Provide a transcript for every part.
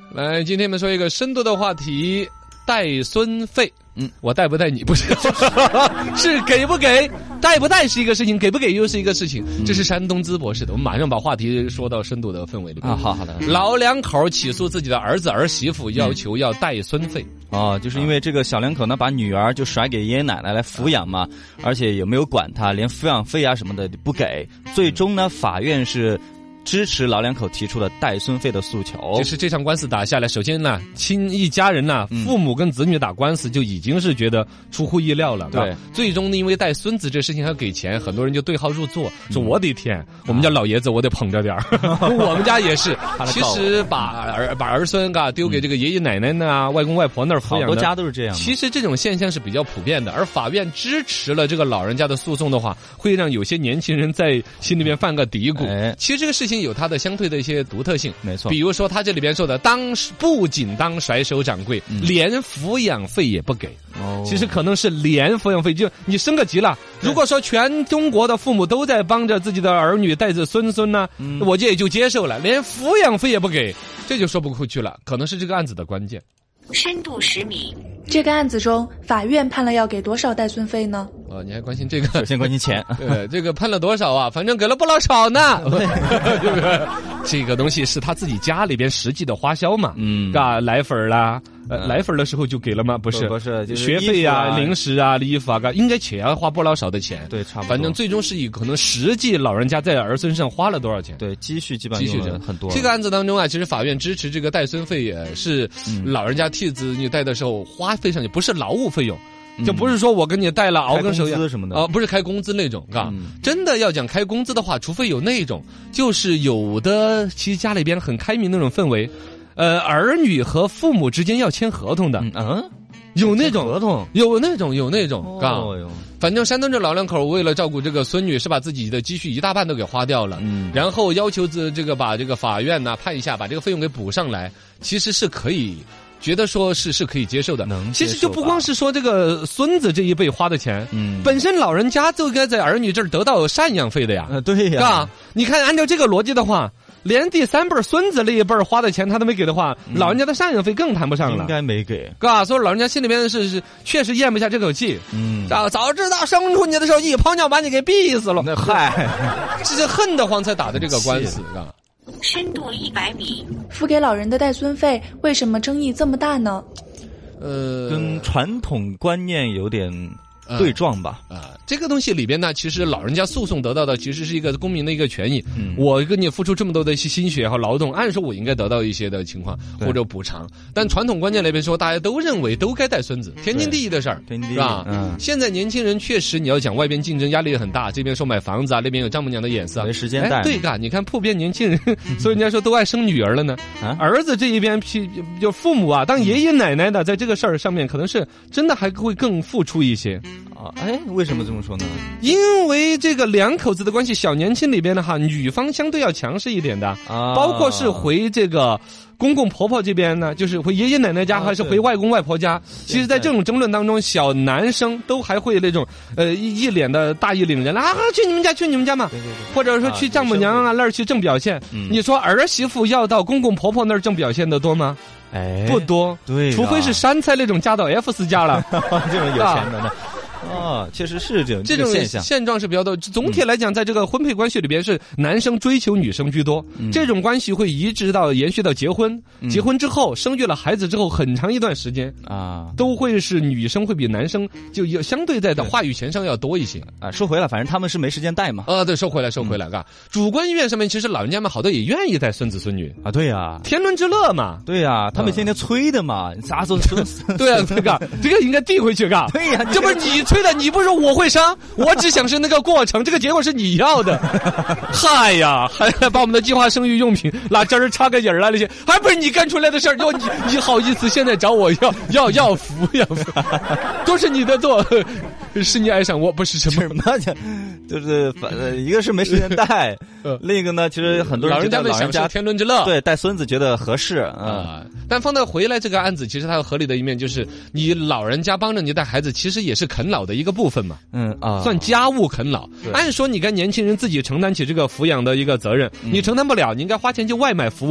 来，今天我们说一个深度的话题，带孙费。我带不带你不是，是给不给，带不带是一个事情，给不给又是一个事情。这是山东淄博市的，我们马上把话题说到深度的氛围里面。 好的。 老两口起诉自己的儿子儿媳妇，要求要带孙费。 就是因为这个小两口呢，把女儿就甩给爷爷奶奶来抚养嘛，而且也没有管她，连抚养费啊什么的不给。最终呢，法院是支持老两口提出了带孙费的诉求。 就是这场官司打下来，首先呢，一家人呢，父母跟子女打官司就已经是觉得出乎意料了。 对， 最终呢，因为带孙子这事情还要给钱，很多人就对号入座，说我的天，我们家老爷子我得捧着点儿。我们家也是，其实把儿孙丢给这个爷爷奶奶呢、外公外婆那儿抚养的， 好多家都是这样。 其实这种现象是比较普遍的，而法院支持了这个老人家的诉讼的话，会让有些年轻人在心里面犯个嘀咕。其实这个事情有它的相对的一些独特性， 没错。 比如说他这里边说的，不仅当甩手掌柜，连抚养费也不给。其实可能是连抚养费，就你升个级了。如果说全中国的父母都在帮着自己的儿女带着孙呢，我这也就接受了，连抚养费也不给，这就说不过去了，可能是这个案子的关键。 深度10米。 这个案子中，法院判了要给多少带孙费呢？ 你还关心这个？ 首先关心钱。 这个判了多少啊？反正给了不老少呢。对不对？这个东西是他自己家里边实际的花销嘛。奶粉啦，奶粉的时候就给了吗？不是， 就是学费啊、零食啊、衣服啊，应该且要花不老少的钱。 对，差不多。 反正最终是以可能实际老人家在儿孙上花了多少钱。 对，积蓄基本上用了很多。 这个案子当中啊，其实法院支持这个带孙费也是老人家替子女带的时候花费上去，不是劳务费用。就不是说我跟你带了熬根手呀什么的不是开工资那种，真的要讲开工资的话，除非有那种，就是有的其实家里边很开明那种氛围，儿女和父母之间要签合同的，有那种合同， 有那种，反正山东这老两口为了照顾这个孙女，是把自己的积蓄一大半都给花掉了，然后要求这个把这个法院呢判一下，把这个费用给补上来，其实是可以。觉得说是可以接受的，其实就不光是说这个孙子这一辈花的钱，本身老人家就该在儿女这儿得到赡养费的呀， 对呀， 你看按照这个逻辑的话，连第三辈孙子那一辈花的钱他都没给的话，老人家的赡养费更谈不上了， 应该没给， 所以老人家心里边是确实咽不下这口气，早知道生出你的时候一泡尿把你给毙死了， 那嗨， 这是恨得慌才打的这个官司， 深度100米。 付给老人的带孙费为什么争议这么大呢？ 跟传统观念有点对撞吧。 这个东西里边呢，其实老人家诉讼得到的其实是一个公民的一个权益。我跟你付出这么多的心血和劳动，按说我应该得到一些的情况或者补偿。但传统观念那边说，大家都认为都该带孙子，天经地义的事儿，是吧？现在年轻人确实你要讲外边竞争压力也很大，这边说买房子啊，那边有丈母娘的眼色， 没时间带。 对你看普遍年轻人，所以人家说都爱生女儿了呢。儿子这一边就父母啊，当爷爷奶奶的，在这个事儿上面可能是真的还会更付出一些。 为什么这么说呢？ 因为这个两口子的关系，小年轻里边的女方相对要强势一点的，包括是回这个公公婆婆这边呢，就是回爷爷奶奶家还是回外公外婆家，其实在这种争论当中，小男生都还会那种一脸的大义凛然去你们家嘛，或者说去丈母娘那儿去挣表现。你说儿媳妇要到公公婆婆那儿挣表现的多吗？不多， 对， 除非是山菜那种嫁到 F4家了， 这种有钱的呢。确实是这种现象， 现状是比较多。总体来讲，在这个婚配关系里边，是男生追求女生居多，这种关系会延续到结婚。结婚之后，生育了孩子之后，很长一段时间都会是女生会比男生就相对在的话语权上要多一些。 说回来，反正他们是没时间带嘛。 对，说回来，主观意愿上面，其实老人家们好多也愿意带孙子孙女对呀， 天伦之乐嘛。 对呀，他们天天催的嘛，啥时候对啊，这个应该递回去对呀， 这不是你催的，你不是说我会生，我只想是那个过程，这个结果是你要的。嗨呀，还把我们的计划生育用品拿这儿插个印儿来那些，还不是你干出来的事儿？你好意思现在找我要扶呀？都是你的错，是你爱上我，不是什么就是一个是没时间带，另一个呢，其实很多人老人家们享受天伦之乐， 对，带孙子觉得合适但放到回来这个案子，其实它有合理的一面，就是你老人家帮着你带孩子，其实也是啃老的一个部分嘛。算家务啃老。按说你该年轻人自己承担起这个抚养的一个责任，你承担不了，你应该花钱去外买服务。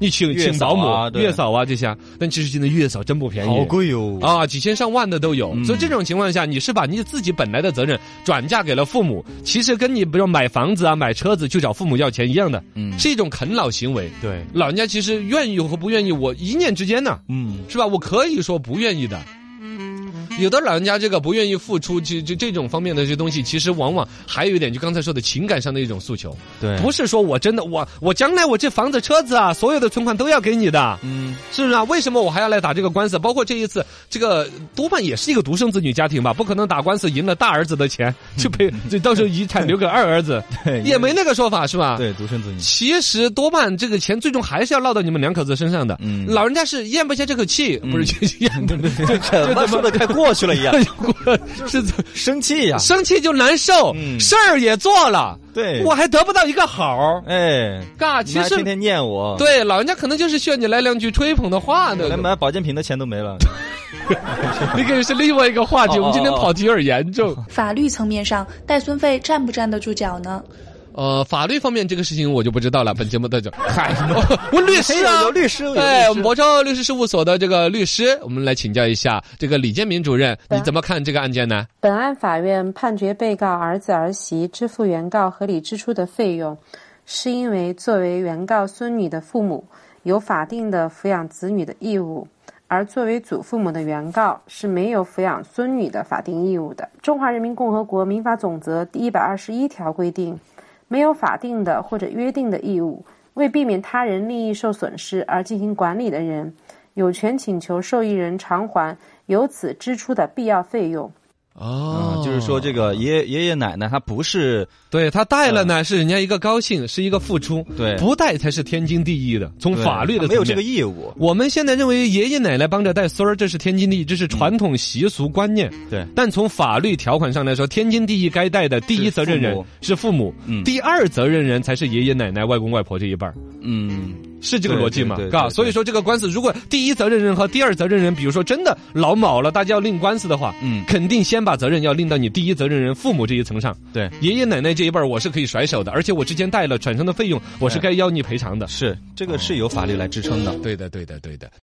你请月保姆、 嫂啊对月嫂啊这些，但其实现在月嫂真不便宜， 好贵哟啊，几千上万的都有。所以这种情况下，你是把你自己本来的责任转嫁给了父母，其实跟你比如买房子啊、买车子去找父母要钱一样的，是一种啃老行为。 对， 老人家其实愿意和不愿意，我一念之间呢，是吧？我可以说不愿意的。有的老人家这个不愿意付出，就这种方面的这些东西，其实往往还有一点，就刚才说的情感上的一种诉求。 对， 不是说我真的我将来我这房子车子啊，所有的存款都要给你的，是不是啊？为什么我还要来打这个官司？包括这一次，这个多半也是一个独生子女家庭吧，不可能打官司赢了大儿子的钱，就到时候遗产留给二儿子， 对， 也没那个说法是吧？ 对，独生子女。 其实多半这个钱最终还是要落到你们两口子身上的。老人家是咽不下这口气，不是咽的， 这怎么说的快过去了一样， 是生气呀， 生气就难受，事儿也做了， 对， 我还得不到一个好， 哎， 嘎，其实天天念我， 对，老人家可能就是需要你来两句吹捧的话的， 来买保健品的钱都没了。 那个是另外一个话题，我们今天跑题有点严重。 法律层面上，带孙费站不站得住脚呢？ 法律方面这个事情我就不知道了。本节目的我律师啊， 有律师， 对，我们亳州律师事务所的这个律师，我们来请教一下这个李建民主任，你怎么看这个案件呢？ 本案法院判决被告儿子儿媳支付原告合理支出的费用，是因为作为原告孙女的父母有法定的抚养子女的义务，而作为祖父母的原告是没有抚养孙女的法定义务的。中华人民共和国民法总则第121条规定，没有法定的或者约定的义务，为避免他人利益受损失而进行管理的人，有权请求受益人偿还由此支出的必要费用。 就是说这个爷爷奶奶他不是对他带了呢，是人家一个高兴，是一个付出， 对， 不带才是天经地义的。从法律的没有这个义务， 我们现在认为爷爷奶奶帮着带孙儿，这是天经地义，这是传统习俗观念。对，但从法律条款上来说，天经地义该带的第一责任人是父母，第二责任人才是爷爷奶奶、外公外婆这一辈儿。是这个逻辑嘛？嘎，所以说这个官司，如果第一责任人和第二责任人，比如说真的老卯了，大家要另官司的话，肯定先把责任要另到你第一责任人父母这一层上。对，爷爷奶奶这一辈儿我是可以甩手的，而且我之前带了产生的费用，我是该要你赔偿的。 是，这个是有法律来支撑的。 对的，对的，对的。